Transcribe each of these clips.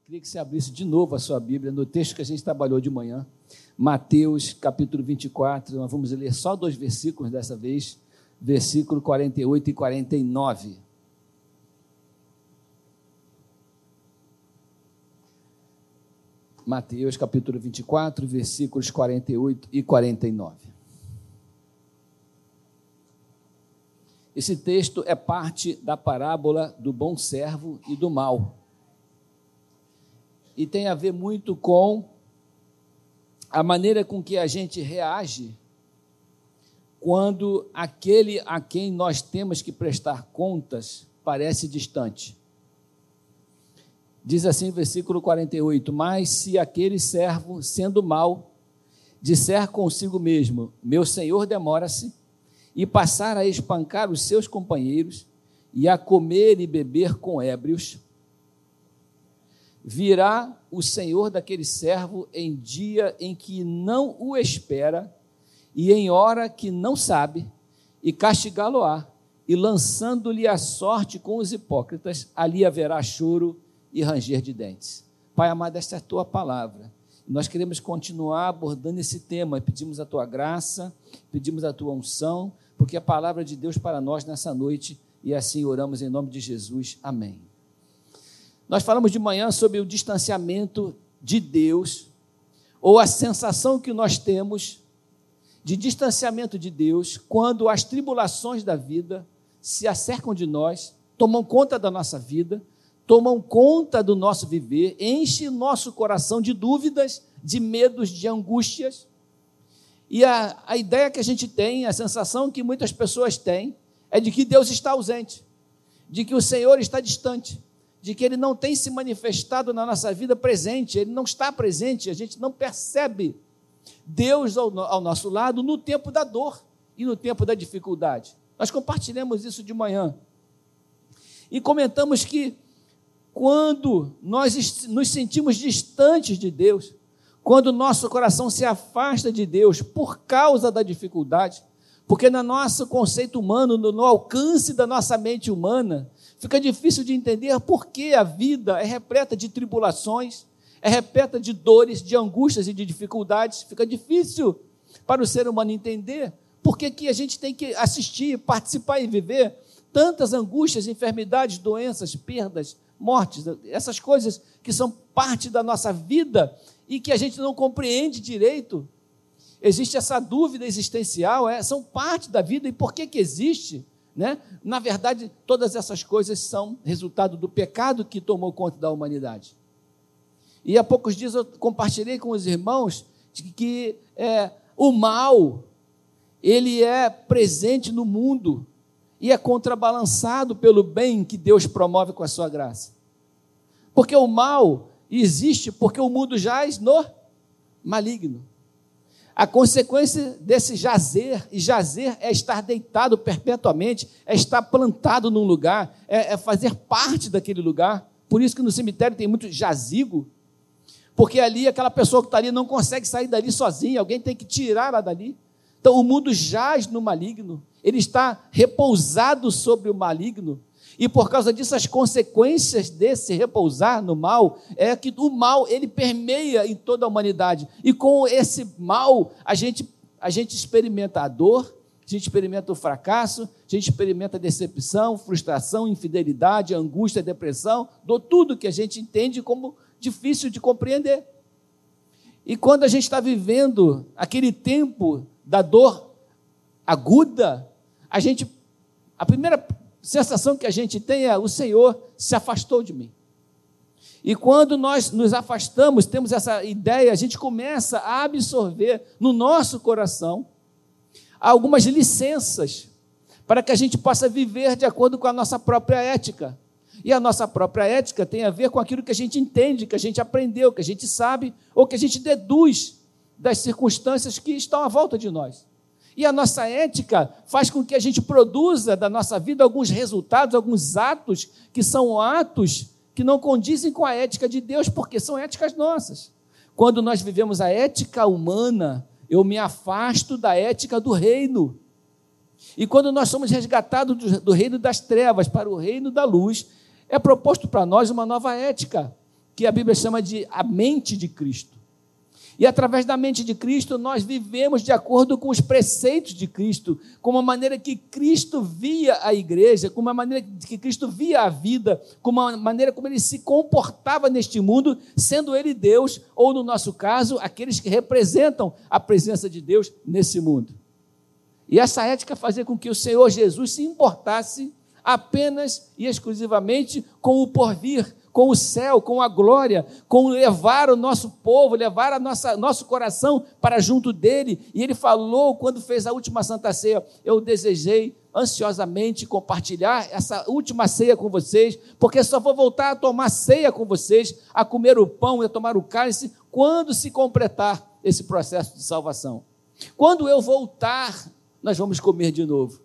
Queria que você abrisse de novo a sua Bíblia no texto que a gente trabalhou de manhã, Mateus, capítulo 24. Nós vamos ler só 2 versículos dessa vez, versículo 48 e 49. Mateus, capítulo 24, versículos 48 e 49. Esse texto é parte da parábola do bom servo e do mau. E tem a ver muito com a maneira com que a gente reage quando aquele a quem nós temos que prestar contas parece distante. Diz assim o versículo 48, mas se aquele servo, sendo mau, disser consigo mesmo, meu senhor demora-se, e passar a espancar os seus companheiros, e a comer e beber com ébrios, virá o senhor daquele servo em dia em que não o espera, e em hora que não sabe, e castigá-lo-á, e lançando-lhe a sorte com os hipócritas, ali haverá choro e ranger de dentes. Pai amado, esta é a tua palavra. Nós queremos continuar abordando esse tema, pedimos a tua graça, pedimos a tua unção, porque a palavra de Deus para nós nessa noite, e assim oramos em nome de Jesus. Amém. Nós falamos de manhã sobre o distanciamento de Deus, ou a sensação que nós temos de distanciamento de Deus, quando as tribulações da vida se acercam de nós, tomam conta da nossa vida, tomam conta do nosso viver, enchem nosso coração de dúvidas, de medos, de angústias. E a ideia que a gente tem, a sensação que muitas pessoas têm, é de que Deus está ausente, de que o Senhor está distante, de que Ele não tem se manifestado na nossa vida presente, Ele não está presente, a gente não percebe Deus ao nosso lado no tempo da dor e no tempo da dificuldade. Nós compartilhamos isso de manhã e comentamos que quando nós nos sentimos distantes de Deus, quando o nosso coração se afasta de Deus por causa da dificuldade, porque no nosso conceito humano, no alcance da nossa mente humana, fica difícil de entender por que a vida é repleta de tribulações, é repleta de dores, de angústias e de dificuldades. Fica difícil para o ser humano entender por que a gente tem que assistir, participar e viver tantas angústias, enfermidades, doenças, perdas, mortes, essas coisas que são parte da nossa vida e que a gente não compreende direito. Existe essa dúvida existencial, são parte da vida, e por que existe? Né? Na verdade, todas essas coisas são resultado do pecado que tomou conta da humanidade. E há poucos dias eu compartilhei com os irmãos de que o mal, ele é presente no mundo e é contrabalançado pelo bem que Deus promove com a sua graça. Porque o mal existe porque o mundo jaz no maligno. A consequência desse jazer, e jazer é estar deitado perpetuamente, é estar plantado num lugar, é fazer parte daquele lugar. Por isso que no cemitério tem muito jazigo, porque ali aquela pessoa que está ali não consegue sair dali sozinha, alguém tem que tirá-la dali. Então o mundo jaz no maligno, ele está repousado sobre o maligno, e por causa disso as consequências desse repousar no mal, é que o mal ele permeia em toda a humanidade, e com esse mal a gente experimenta a dor, a gente experimenta o fracasso, a gente experimenta a decepção, frustração, infidelidade, angústia, depressão, tudo que a gente entende como difícil de compreender. E quando a gente está vivendo aquele tempo da dor aguda, a primeira sensação que a gente tem é: o Senhor se afastou de mim. E quando nós nos afastamos, temos essa ideia, a gente começa a absorver no nosso coração algumas licenças para que a gente possa viver de acordo com a nossa própria ética. E a nossa própria ética tem a ver com aquilo que a gente entende, que a gente aprendeu, que a gente sabe, ou que a gente deduz das circunstâncias que estão à volta de nós. E a nossa ética faz com que a gente produza da nossa vida alguns resultados, alguns atos, que são atos que não condizem com a ética de Deus, porque são éticas nossas. Quando nós vivemos a ética humana, eu me afasto da ética do reino. E quando nós somos resgatados do reino das trevas para o reino da luz, é proposto para nós uma nova ética, que a Bíblia chama de a mente de Cristo. E através da mente de Cristo, nós vivemos de acordo com os preceitos de Cristo, com uma maneira que Cristo via a igreja, com uma maneira que Cristo via a vida, com uma maneira como ele se comportava neste mundo, sendo ele Deus, ou no nosso caso, aqueles que representam a presença de Deus nesse mundo. E essa ética fazia com que o Senhor Jesus se importasse apenas e exclusivamente com o porvir, com o céu, com a glória, com levar o nosso povo, levar nosso coração para junto dele. E ele falou, quando fez a última Santa Ceia, eu desejei ansiosamente compartilhar essa última ceia com vocês, porque só vou voltar a tomar ceia com vocês, a comer o pão e a tomar o cálice, quando se completar esse processo de salvação. Quando eu voltar, nós vamos comer de novo.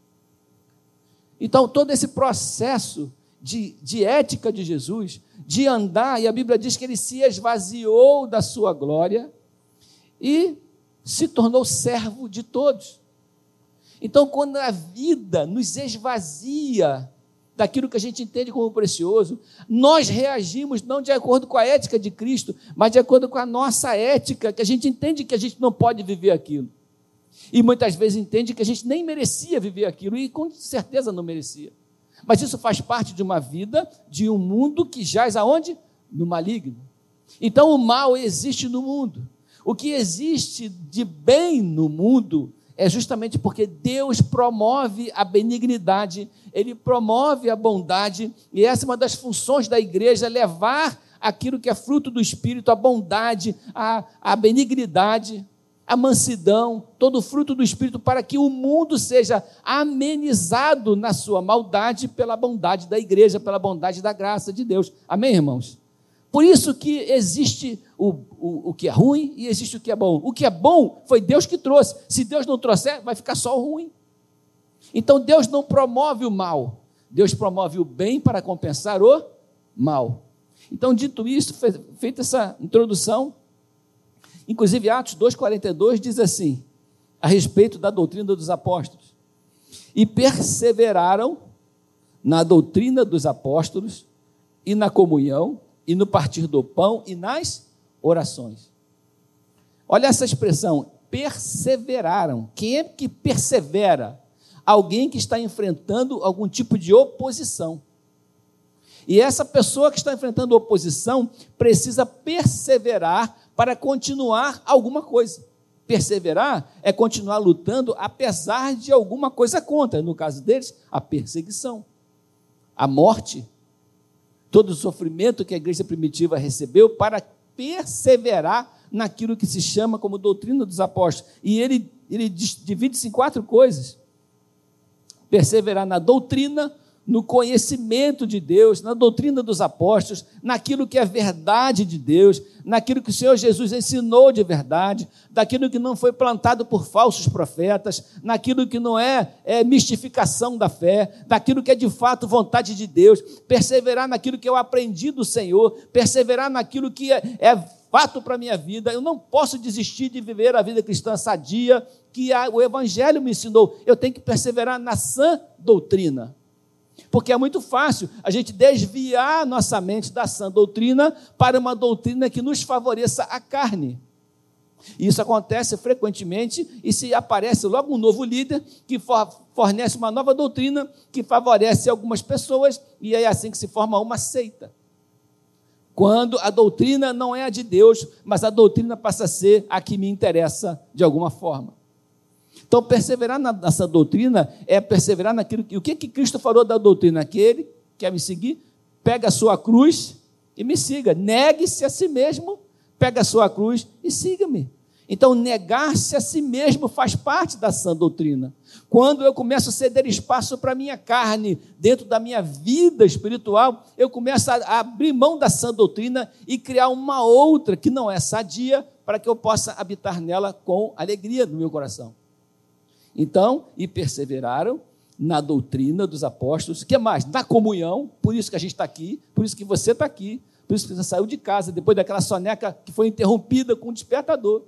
Então, todo esse processo de ética de Jesus, de andar, e a Bíblia diz que ele se esvaziou da sua glória e se tornou servo de todos. Então, quando a vida nos esvazia daquilo que a gente entende como precioso, nós reagimos não de acordo com a ética de Cristo, mas de acordo com a nossa ética, que a gente entende que a gente não pode viver aquilo. E muitas vezes entende que a gente nem merecia viver aquilo, e com certeza não merecia. Mas isso faz parte de uma vida, de um mundo que jaz aonde? No maligno. Então o mal existe no mundo. O que existe de bem no mundo é justamente porque Deus promove a benignidade, Ele promove a bondade, e essa é uma das funções da igreja, levar aquilo que é fruto do Espírito, a bondade, a benignidade, a mansidão, todo o fruto do Espírito, para que o mundo seja amenizado na sua maldade pela bondade da igreja, pela bondade da graça de Deus. Amém, irmãos? Por isso que existe o que é ruim e existe o que é bom. O que é bom foi Deus que trouxe. Se Deus não trouxer, vai ficar só o ruim. Então Deus não promove o mal. Deus promove o bem para compensar o mal. Então, dito isso, feita essa introdução, inclusive Atos 2,42 diz assim, a respeito da doutrina dos apóstolos: e perseveraram na doutrina dos apóstolos, e na comunhão, e no partir do pão, e nas orações. Olha essa expressão, perseveraram. Quem é que persevera? Alguém que está enfrentando algum tipo de oposição. E essa pessoa que está enfrentando oposição precisa perseverar para continuar alguma coisa. Perseverar é continuar lutando apesar de alguma coisa contra. No caso deles, a perseguição, a morte, todo o sofrimento que a igreja primitiva recebeu para perseverar naquilo que se chama como doutrina dos apóstolos. E ele divide-se em 4 coisas. Perseverar na doutrina, no conhecimento de Deus, na doutrina dos apóstolos, naquilo que é verdade de Deus, naquilo que o Senhor Jesus ensinou de verdade, daquilo que não foi plantado por falsos profetas, naquilo que não é mistificação da fé, daquilo que é de fato vontade de Deus, perseverar naquilo que eu aprendi do Senhor, perseverar naquilo que é fato para a minha vida. Eu não posso desistir de viver a vida cristã sadia que o Evangelho me ensinou. Eu tenho que perseverar na sã doutrina. Porque é muito fácil a gente desviar nossa mente da sã doutrina para uma doutrina que nos favoreça a carne. E isso acontece frequentemente, e se aparece logo um novo líder que fornece uma nova doutrina que favorece algumas pessoas, e é assim que se forma uma seita. Quando a doutrina não é a de Deus, mas a doutrina passa a ser a que me interessa de alguma forma. Então, perseverar nessa doutrina é perseverar naquilo que... O que Cristo falou da doutrina? Aquele quer me seguir, pega a sua cruz e me siga. Negue-se a si mesmo, pega a sua cruz e siga-me. Então, negar-se a si mesmo faz parte da sã doutrina. Quando eu começo a ceder espaço para a minha carne, dentro da minha vida espiritual, eu começo a abrir mão da sã doutrina e criar uma outra que não é sadia, para que eu possa habitar nela com alegria no meu coração. Então, e perseveraram na doutrina dos apóstolos, o que mais? Na comunhão, por isso que a gente está aqui, por isso que você está aqui, por isso que você saiu de casa, depois daquela soneca que foi interrompida com o despertador,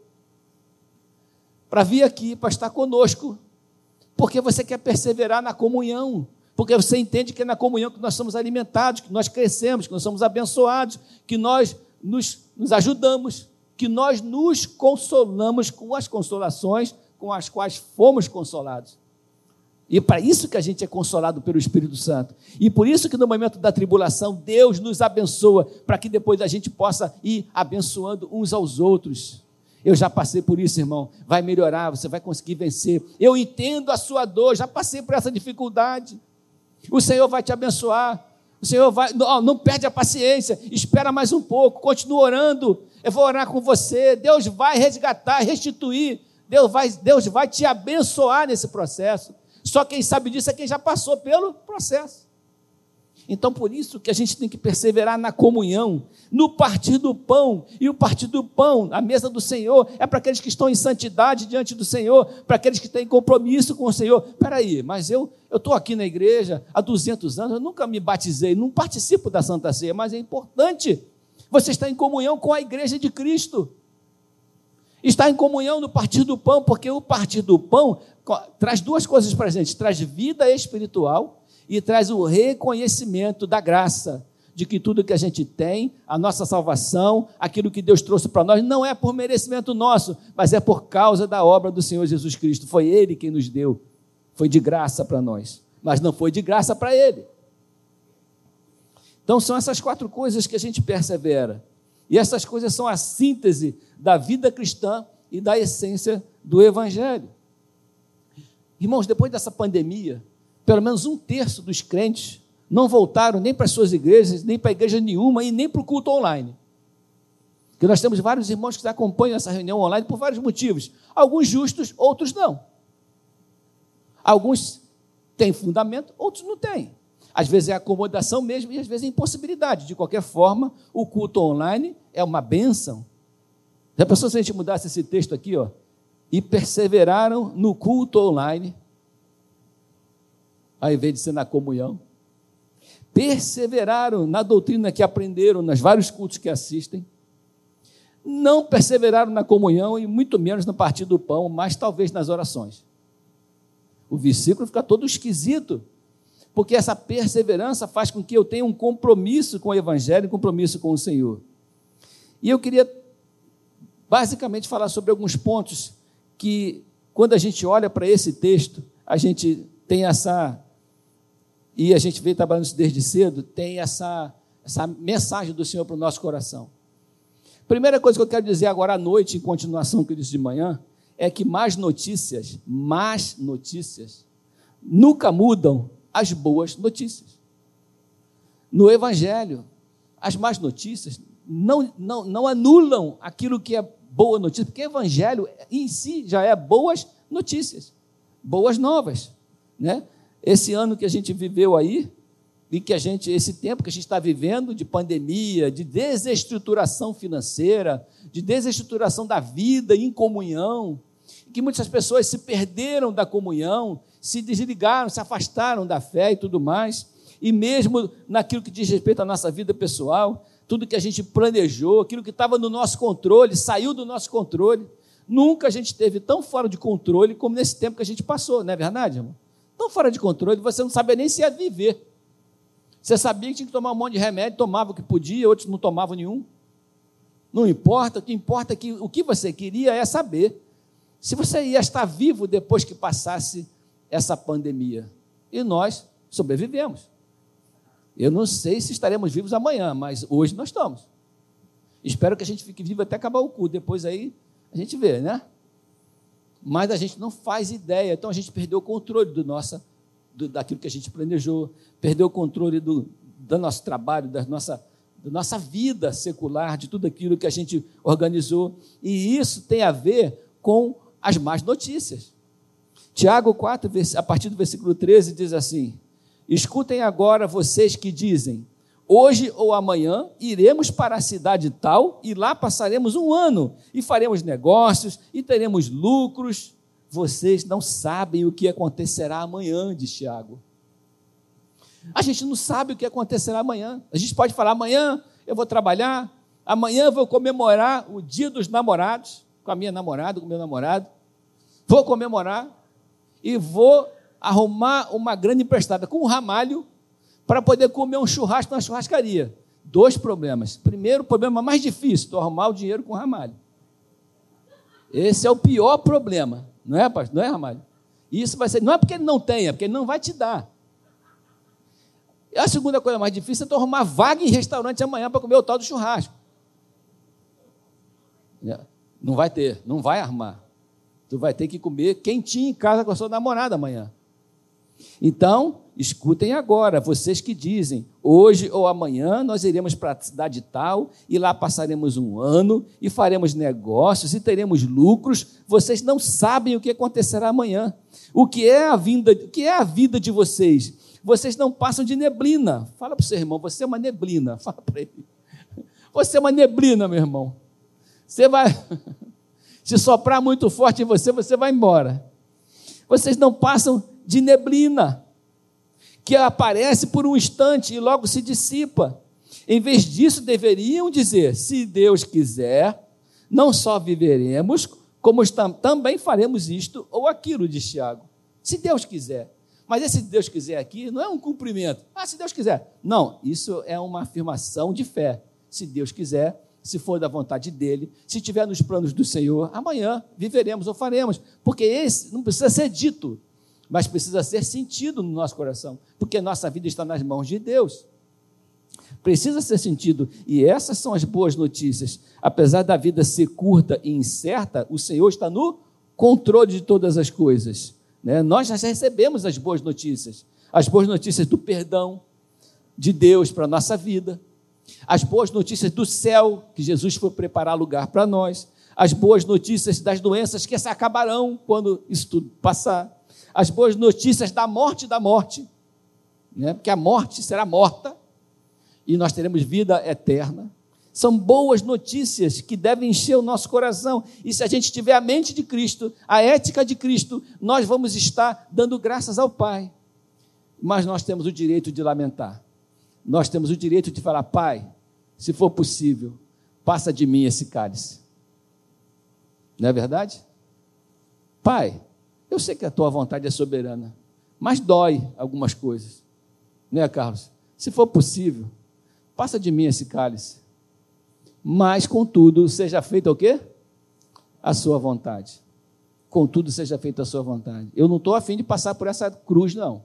para vir aqui, para estar conosco, porque você quer perseverar na comunhão, Porque você entende que é na comunhão que nós somos alimentados, que nós crescemos, que nós somos abençoados, que nós nos ajudamos, que nós nos consolamos com as consolações com as quais fomos consolados. E é para isso que a gente é consolado pelo Espírito Santo. E por isso que no momento da tribulação, Deus nos abençoa, para que depois a gente possa ir abençoando uns aos outros. Eu já passei por isso, irmão. Vai melhorar, você vai conseguir vencer. Eu entendo a sua dor, já passei por essa dificuldade. O Senhor vai te abençoar. O Senhor vai, não perde a paciência, espera mais um pouco, continua orando. Eu vou orar com você. Deus vai resgatar, restituir. Deus vai te abençoar nesse processo. Só quem sabe disso é quem já passou pelo processo. Então, por isso que a gente tem que perseverar na comunhão, no partir do pão. E o partir do pão, a mesa do Senhor, é para aqueles que estão em santidade diante do Senhor, para aqueles que têm compromisso com o Senhor. Espera aí, mas eu estou aqui na igreja há 200 anos, eu nunca me batizei, não participo da Santa Ceia, mas é importante você estar em comunhão com a igreja de Cristo. Estar em comunhão no partir do pão, porque o partir do pão traz duas coisas para a gente, traz vida espiritual e traz o reconhecimento da graça, de que tudo que a gente tem, a nossa salvação, aquilo que Deus trouxe para nós, não é por merecimento nosso, mas é por causa da obra do Senhor Jesus Cristo. Foi Ele quem nos deu, foi de graça para nós, mas não foi de graça para Ele. Então são essas 4 coisas que a gente persevera, e essas coisas são a síntese da vida cristã e da essência do Evangelho. Irmãos, depois dessa pandemia, pelo menos 1/3 dos crentes não voltaram nem para as suas igrejas, nem para a igreja nenhuma e nem para o culto online. Porque nós temos vários irmãos que acompanham essa reunião online por vários motivos. Alguns justos, outros não. Alguns têm fundamento, outros não têm. Às vezes é acomodação mesmo e às vezes é impossibilidade. De qualquer forma, o culto online é uma bênção. Já pensou se a gente mudasse esse texto aqui, ó? E perseveraram no culto online, ao invés de ser na comunhão. Perseveraram na doutrina que aprenderam, nos vários cultos que assistem. Não perseveraram na comunhão e muito menos no partir do pão, mas talvez nas orações. O versículo fica todo esquisito, porque essa perseverança faz com que eu tenha um compromisso com o Evangelho, um compromisso com o Senhor. E eu queria basicamente falar sobre alguns pontos que, quando a gente olha para esse texto, a gente tem essa, e a gente veio trabalhando isso desde cedo, tem essa mensagem do Senhor para o nosso coração. Primeira coisa que eu quero dizer agora à noite, em continuação do que eu disse de manhã, é que más notícias nunca mudam as boas notícias. No Evangelho, as más notícias não anulam aquilo que é boa notícia, porque o Evangelho em si já é boas notícias, boas novas, né? Esse ano que a gente viveu aí, e que esse tempo que a gente está vivendo de pandemia, de desestruturação financeira, de desestruturação da vida em comunhão, que muitas pessoas se perderam da comunhão, se desligaram, se afastaram da fé e tudo mais, e mesmo naquilo que diz respeito à nossa vida pessoal, tudo que a gente planejou, aquilo que estava no nosso controle, saiu do nosso controle. Nunca a gente esteve tão fora de controle como nesse tempo que a gente passou, não é verdade, irmão? Tão fora de controle, você não sabia nem se ia viver. Você sabia que tinha que tomar um monte de remédio, tomava o que podia, outros não tomavam nenhum. Não importa, o que importa é que o que você queria é saber se você ia estar vivo depois que passasse essa pandemia. E nós sobrevivemos. Eu não sei se estaremos vivos amanhã, mas hoje nós estamos. Espero que a gente fique vivo até acabar o culto, depois aí a gente vê, né? Mas a gente não faz ideia, então a gente perdeu o controle daquilo que a gente planejou, perdeu o controle do nosso trabalho, da nossa vida secular, de tudo aquilo que a gente organizou, e isso tem a ver com as más notícias. Tiago 4, a partir do versículo 13, diz assim: escutem agora vocês que dizem, hoje ou amanhã iremos para a cidade tal e lá passaremos um ano e faremos negócios e teremos lucros. Vocês não sabem o que acontecerá amanhã, diz Tiago. A gente não sabe o que acontecerá amanhã. A gente pode falar, amanhã eu vou trabalhar, amanhã eu vou comemorar o dia dos namorados, com a minha namorada, com o meu namorado, vou comemorar e vou arrumar uma grana emprestada com um ramalho para poder comer um churrasco na churrascaria. 2 problemas. Primeiro, o problema mais difícil, tu arrumar o dinheiro com o ramalho. Esse é o pior problema, não é, pastor? Não é, ramalho? Isso vai ser, não é porque ele não tenha, porque ele não vai te dar. E a segunda coisa mais difícil é tu arrumar vaga em restaurante amanhã para comer o tal do churrasco. Não vai ter, não vai armar. Tu vai ter que comer quentinho em casa com a sua namorada amanhã. Então, escutem agora, vocês que dizem, hoje ou amanhã nós iremos para a cidade tal, e lá passaremos um ano, e faremos negócios, e teremos lucros. Vocês não sabem o que acontecerá amanhã. O que é a vida de vocês? Vocês não passam de neblina. Fala para o seu irmão, você é uma neblina. Fala para ele. Você é uma neblina, meu irmão. Você vai... Se soprar muito forte em você, você vai embora. Vocês não passam de neblina, que aparece por um instante e logo se dissipa. Em vez disso, deveriam dizer, se Deus quiser, não só viveremos, como também faremos isto ou aquilo, diz Tiago. Se Deus quiser. Mas esse Deus quiser aqui não é um cumprimento. Se Deus quiser. Não, isso é uma afirmação de fé. Se Deus quiser, se for da vontade dele, se estiver nos planos do Senhor, amanhã viveremos ou faremos. Porque esse não precisa ser dito, mas precisa ser sentido no nosso coração, porque nossa vida está nas mãos de Deus. Precisa ser sentido, e essas são as boas notícias. Apesar da vida ser curta e incerta, o Senhor está no controle de todas as coisas. Nós já recebemos as boas notícias do perdão de Deus para a nossa vida, as boas notícias do céu, que Jesus foi preparar lugar para nós, as boas notícias das doenças que se acabarão quando isso tudo passar, as boas notícias da morte, porque a morte será morta e nós teremos vida eterna. São boas notícias que devem encher o nosso coração, e se a gente tiver a mente de Cristo, a ética de Cristo, nós vamos estar dando graças ao Pai. Mas nós temos o direito de lamentar, nós temos o direito de falar, Pai, se for possível, passa de mim esse cálice. Não é verdade? Pai, eu sei que a tua vontade é soberana, mas dói algumas coisas, não é, Carlos? Se for possível, passa de mim esse cálice, mas, contudo, seja feita o quê? A sua vontade. Contudo, seja feita a sua vontade. Eu não estou a fim de passar por essa cruz, não.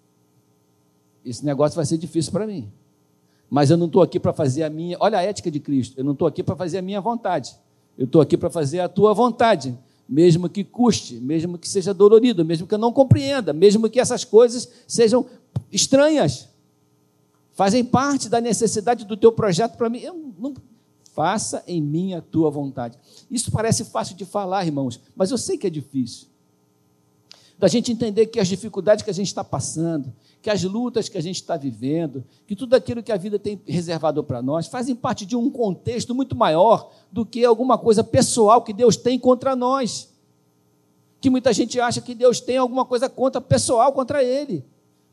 Esse negócio vai ser difícil para mim. Mas eu não estou aqui para fazer a minha... Olha a ética de Cristo. Eu não estou aqui para fazer a minha vontade. Eu estou aqui para fazer a tua vontade. Mesmo que custe, mesmo que seja dolorido, mesmo que eu não compreenda, mesmo que essas coisas sejam estranhas. Fazem parte da necessidade do teu projeto para mim. Eu não... Faça em mim a tua vontade. Isso parece fácil de falar, irmãos, mas eu sei que é difícil. Da gente entender que as dificuldades que a gente está passando, que as lutas que a gente está vivendo, que tudo aquilo que a vida tem reservado para nós, fazem parte de um contexto muito maior do que alguma coisa pessoal que Deus tem contra nós. Que muita gente acha que Deus tem alguma coisa pessoal contra ele.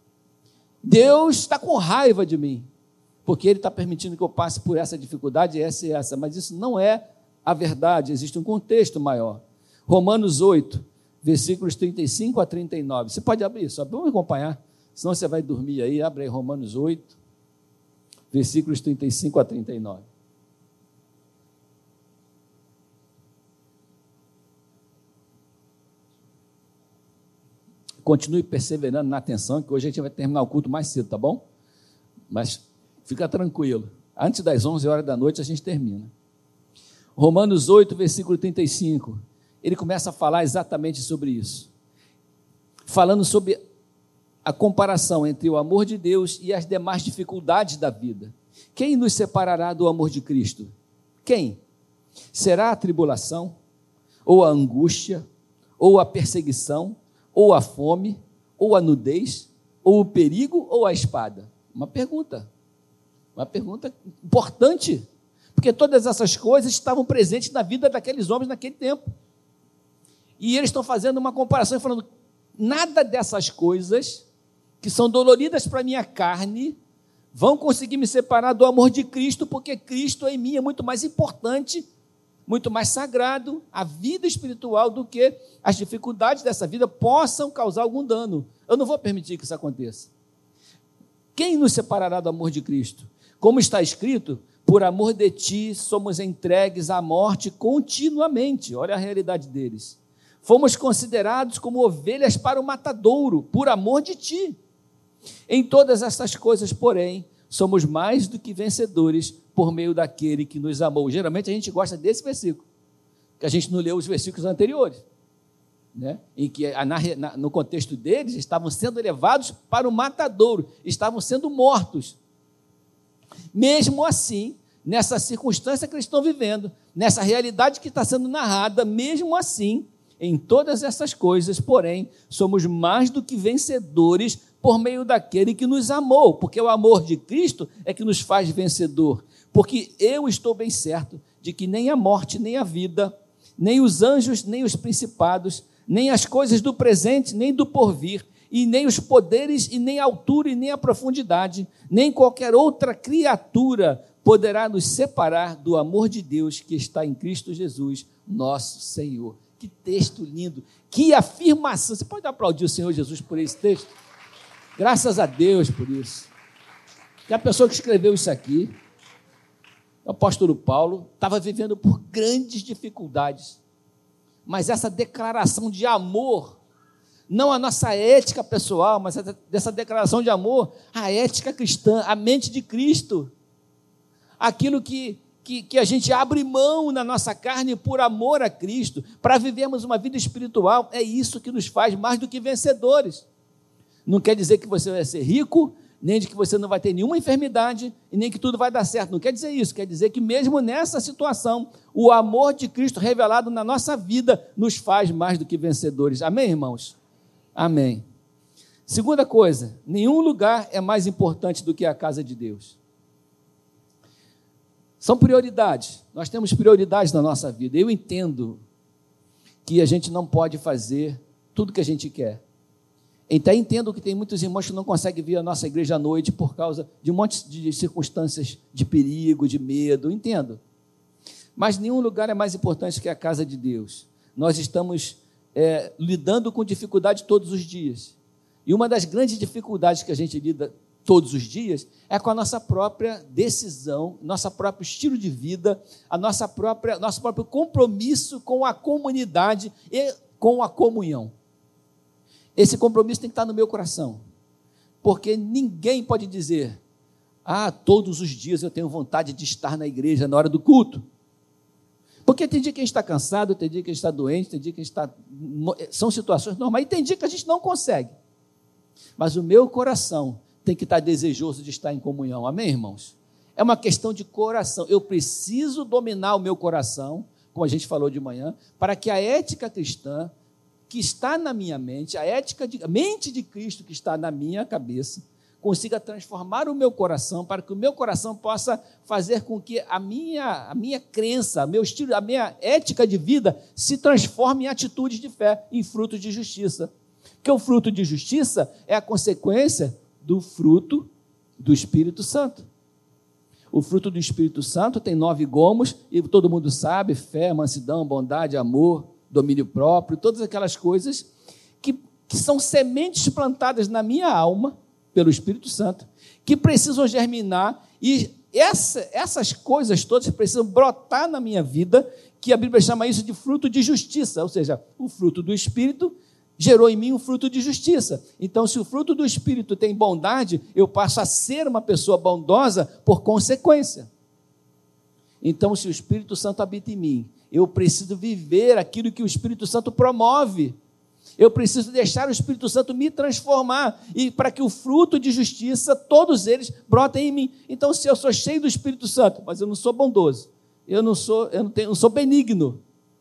Deus está com raiva de mim, porque Ele está permitindo que eu passe por essa dificuldade, essa e essa, mas isso não é a verdade, existe um contexto maior. Romanos 8, versículos 35 a 39, você pode abrir, só vamos acompanhar, senão você vai dormir aí, abre aí Romanos 8, versículos 35 a 39. Continue perseverando na atenção, que hoje a gente vai terminar o culto mais cedo, tá bom? Mas fica tranquilo, antes das 11 horas da noite a gente termina. Romanos 8, versículo 35, ele começa a falar exatamente sobre isso, falando sobre a comparação entre o amor de Deus e as demais dificuldades da vida. Quem nos separará do amor de Cristo? Quem? Será a tribulação, ou a angústia, ou a perseguição, ou a fome, ou a nudez, ou o perigo, ou a espada? Uma pergunta importante, porque todas essas coisas estavam presentes na vida daqueles homens naquele tempo, e eles estão fazendo uma comparação, falando, nada dessas coisas, que são doloridas para a minha carne, vão conseguir me separar do amor de Cristo, porque Cristo em mim é muito mais importante, muito mais sagrado, a vida espiritual, do que as dificuldades dessa vida possam causar algum dano. Eu não vou permitir que isso aconteça. Quem nos separará do amor de Cristo? Como está escrito, por amor de ti somos entregues à morte continuamente. Olha a realidade deles. Fomos considerados como ovelhas para o matadouro, por amor de ti. Em todas estas coisas, porém, somos mais do que vencedores por meio daquele que nos amou. Geralmente a gente gosta desse versículo, que a gente não leu os versículos anteriores, né? Em que no contexto deles estavam sendo levados para o matadouro, estavam sendo mortos. Mesmo assim, nessa circunstância que eles estão vivendo, nessa realidade que está sendo narrada, mesmo assim, em todas essas coisas, porém, somos mais do que vencedores por meio daquele que nos amou, porque o amor de Cristo é que nos faz vencedor, porque eu estou bem certo de que nem a morte, nem a vida, nem os anjos, nem os principados, nem as coisas do presente, nem do porvir, e nem os poderes, e nem a altura, e nem a profundidade, nem qualquer outra criatura poderá nos separar do amor de Deus que está em Cristo Jesus, nosso Senhor. Que texto lindo, que afirmação. Você pode aplaudir o Senhor Jesus por esse texto? Graças a Deus por isso. Que a pessoa que escreveu isso aqui, o apóstolo Paulo, estava vivendo por grandes dificuldades, mas essa declaração de amor, não a nossa ética pessoal, mas dessa declaração de amor, a ética cristã, a mente de Cristo, aquilo que a gente abre mão na nossa carne por amor a Cristo, para vivermos uma vida espiritual, é isso que nos faz mais do que vencedores. Não quer dizer que você vai ser rico, nem de que você não vai ter nenhuma enfermidade, e nem que tudo vai dar certo. Não quer dizer isso, quer dizer que mesmo nessa situação, o amor de Cristo revelado na nossa vida nos faz mais do que vencedores. Amém, irmãos? Amém. Segunda coisa, nenhum lugar é mais importante do que a casa de Deus. São prioridades, nós temos prioridades na nossa vida. Eu entendo que a gente não pode fazer tudo que a gente quer. Então, entendo que tem muitos irmãos que não conseguem vir à nossa igreja à noite por causa de um monte de circunstâncias de perigo, de medo, entendo. Mas nenhum lugar é mais importante que a casa de Deus. Nós estamos lidando com dificuldade todos os dias. E uma das grandes dificuldades que a gente lida todos os dias é com a nossa própria decisão, nosso próprio estilo de vida, nosso próprio compromisso com a comunidade e com a comunhão. Esse compromisso tem que estar no meu coração, porque ninguém pode dizer, todos os dias eu tenho vontade de estar na igreja na hora do culto, porque tem dia que a gente está cansado, tem dia que a gente está doente, tem dia que a gente está... São situações normais, e tem dia que a gente não consegue, mas o meu coração tem que estar desejoso de estar em comunhão, amém, irmãos? É uma questão de coração, eu preciso dominar o meu coração, como a gente falou de manhã, para que a ética cristã, que está na minha mente, a mente de Cristo que está na minha cabeça, consiga transformar o meu coração, para que o meu coração possa fazer com que a minha crença, meu estilo, a minha ética de vida se transforme em atitudes de fé, em frutos de justiça. Porque o fruto de justiça é a consequência do fruto do Espírito Santo. O fruto do Espírito Santo tem 9 gomos, e todo mundo sabe, fé, mansidão, bondade, amor, domínio próprio, todas aquelas coisas que são sementes plantadas na minha alma, pelo Espírito Santo, que precisam germinar, e essas coisas todas precisam brotar na minha vida, que a Bíblia chama isso de fruto de justiça, ou seja, o fruto do Espírito gerou em mim um fruto de justiça. Então, se o fruto do Espírito tem bondade, eu passo a ser uma pessoa bondosa por consequência. Então, se o Espírito Santo habita em mim, eu preciso viver aquilo que o Espírito Santo promove. Eu preciso deixar o Espírito Santo me transformar, e para que o fruto de justiça, todos eles, brotem em mim. Então, se eu sou cheio do Espírito Santo, mas eu não sou bondoso, eu não sou benigno,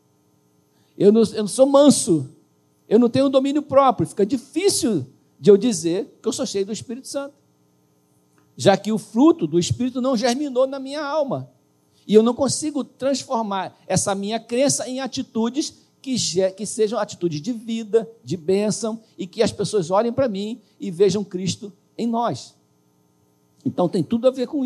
eu não sou manso, eu não tenho domínio próprio, fica difícil de eu dizer que eu sou cheio do Espírito Santo, já que o fruto do Espírito não germinou na minha alma. E eu não consigo transformar essa minha crença em atitudes que sejam atitudes de vida, de bênção, e que as pessoas olhem para mim e vejam Cristo em nós. Então tem tudo a ver com isso.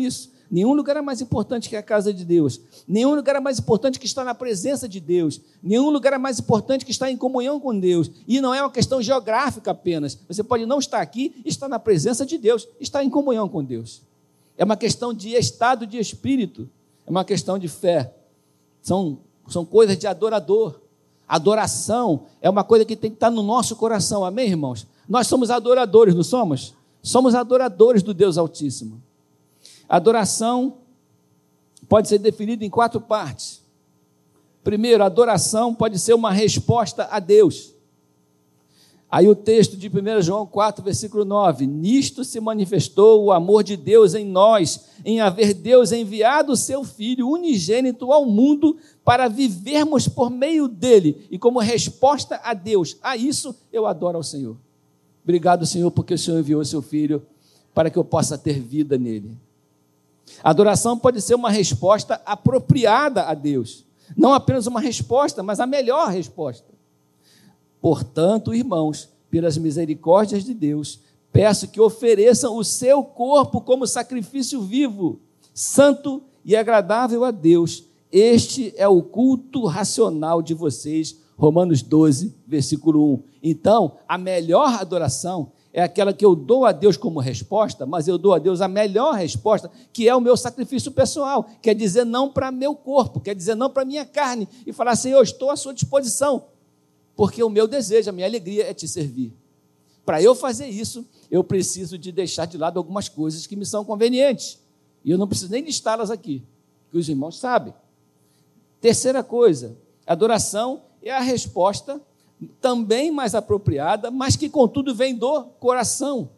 Nenhum lugar é mais importante que a casa de Deus. Nenhum lugar é mais importante que estar na presença de Deus. Nenhum lugar é mais importante que estar em comunhão com Deus. E não é uma questão geográfica apenas. Você pode não estar aqui e estar na presença de Deus, estar em comunhão com Deus. É uma questão de estado de espírito. É uma questão de fé. São coisas de adorador. Adoração é uma coisa que tem que estar no nosso coração. Amém, irmãos? Nós somos adoradores, não somos? Somos adoradores do Deus Altíssimo. Adoração pode ser definida em 4 partes. Primeiro, adoração pode ser uma resposta a Deus. Aí o texto de 1 João 4, versículo 9: nisto se manifestou o amor de Deus em nós, em haver Deus enviado o seu Filho unigênito ao mundo para vivermos por meio dele, e como resposta a Deus, a isso eu adoro ao Senhor. Obrigado, Senhor, porque o Senhor enviou o seu Filho para que eu possa ter vida nele. A adoração pode ser uma resposta apropriada a Deus, não apenas uma resposta, mas a melhor resposta. Portanto, irmãos, pelas misericórdias de Deus, peço que ofereçam o seu corpo como sacrifício vivo, santo e agradável a Deus. Este é o culto racional de vocês. Romanos 12, versículo 1. Então, a melhor adoração é aquela que eu dou a Deus como resposta, mas eu dou a Deus a melhor resposta, que é o meu sacrifício pessoal, quer dizer não para meu corpo, quer dizer não para minha carne, e falar, Senhor, eu estou à sua disposição, porque o meu desejo, a minha alegria é te servir. Para eu fazer isso, eu preciso de deixar de lado algumas coisas que me são convenientes, e eu não preciso nem listá-las aqui, que os irmãos sabem. Terceira coisa, adoração é a resposta também mais apropriada, mas que contudo vem do coração.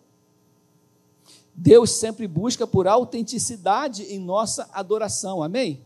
Deus sempre busca por autenticidade em nossa adoração, amém?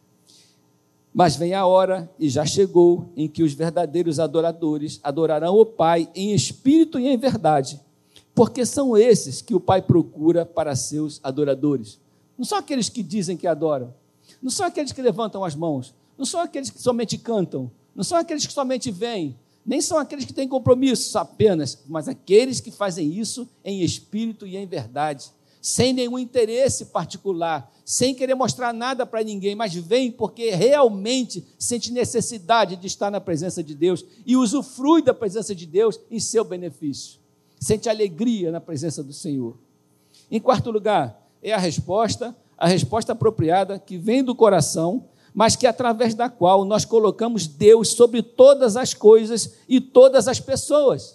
Mas vem a hora, e já chegou, em que os verdadeiros adoradores adorarão o Pai em espírito e em verdade, porque são esses que o Pai procura para seus adoradores. Não são aqueles que dizem que adoram, não são aqueles que levantam as mãos, não são aqueles que somente cantam, não são aqueles que somente vêm, nem são aqueles que têm compromissos apenas, mas aqueles que fazem isso em espírito e em verdade, sem nenhum interesse particular, sem querer mostrar nada para ninguém, mas vêm porque realmente sente necessidade de estar na presença de Deus e usufrui da presença de Deus em seu benefício. Sente alegria na presença do Senhor. Em quarto lugar, é a resposta apropriada que vem do coração, mas que através da qual nós colocamos Deus sobre todas as coisas e todas as pessoas.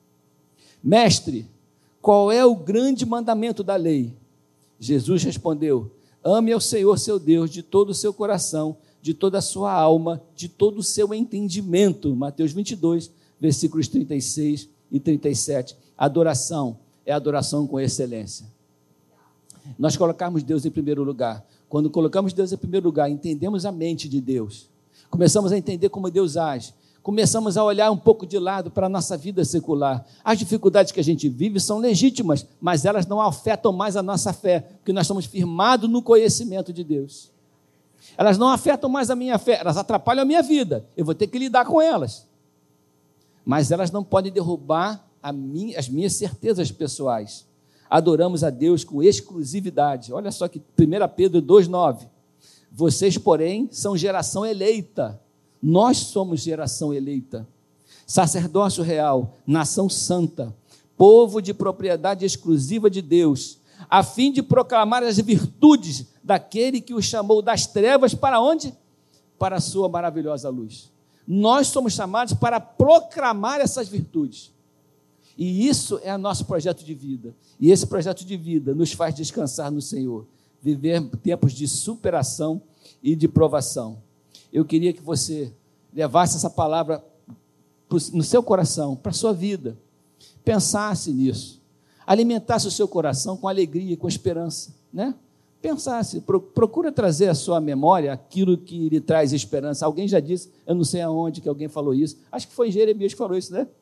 Mestre, qual é o grande mandamento da lei? Jesus respondeu, ame ao Senhor seu Deus de todo o seu coração, de toda a sua alma, de todo o seu entendimento. Mateus 22, versículos 36 e 37. Adoração é adoração com excelência. Nós colocamos Deus em primeiro lugar. Quando colocamos Deus em primeiro lugar, entendemos a mente de Deus, começamos a entender como Deus age, começamos a olhar um pouco de lado para a nossa vida secular. As dificuldades que a gente vive são legítimas, mas elas não afetam mais a nossa fé, porque nós estamos firmados no conhecimento de Deus. Elas não afetam mais a minha fé, elas atrapalham a minha vida, eu vou ter que lidar com elas. Mas elas não podem derrubar as minhas certezas pessoais. Adoramos a Deus com exclusividade. Olha só que 1 Pedro 2,9. Vocês, porém, são geração eleita. Nós somos geração eleita. Sacerdócio real, nação santa, povo de propriedade exclusiva de Deus, a fim de proclamar as virtudes daquele que os chamou das trevas para onde? Para a sua maravilhosa luz. Nós somos chamados para proclamar essas virtudes. E isso é o nosso projeto de vida. E esse projeto de vida nos faz descansar no Senhor, viver tempos de superação e de provação. Eu queria que você levasse essa palavra no seu coração, para a sua vida, pensasse nisso, alimentasse o seu coração com alegria, com esperança, né? Pensasse, procura trazer à sua memória aquilo que lhe traz esperança. Alguém já disse, eu não sei aonde que alguém falou isso, acho que foi Jeremias que falou isso, né?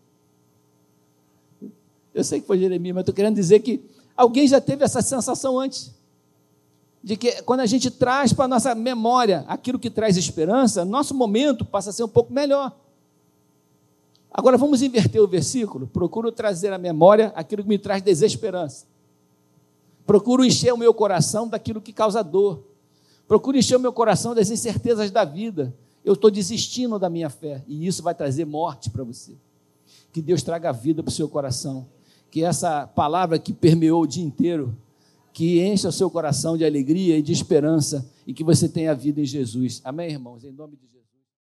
Eu sei que foi Jeremias, mas estou querendo dizer que alguém já teve essa sensação antes, de que quando a gente traz para a nossa memória aquilo que traz esperança, nosso momento passa a ser um pouco melhor. Agora vamos inverter o versículo, procuro trazer à memória aquilo que me traz desesperança. Procuro encher o meu coração daquilo que causa dor. Procuro encher o meu coração das incertezas da vida. Eu estou desistindo da minha fé, e isso vai trazer morte para você. Que Deus traga vida para o seu coração. Que essa palavra que permeou o dia inteiro, que encha o seu coração de alegria e de esperança, e que você tenha vida em Jesus. Amém, irmãos? Em nome de Jesus.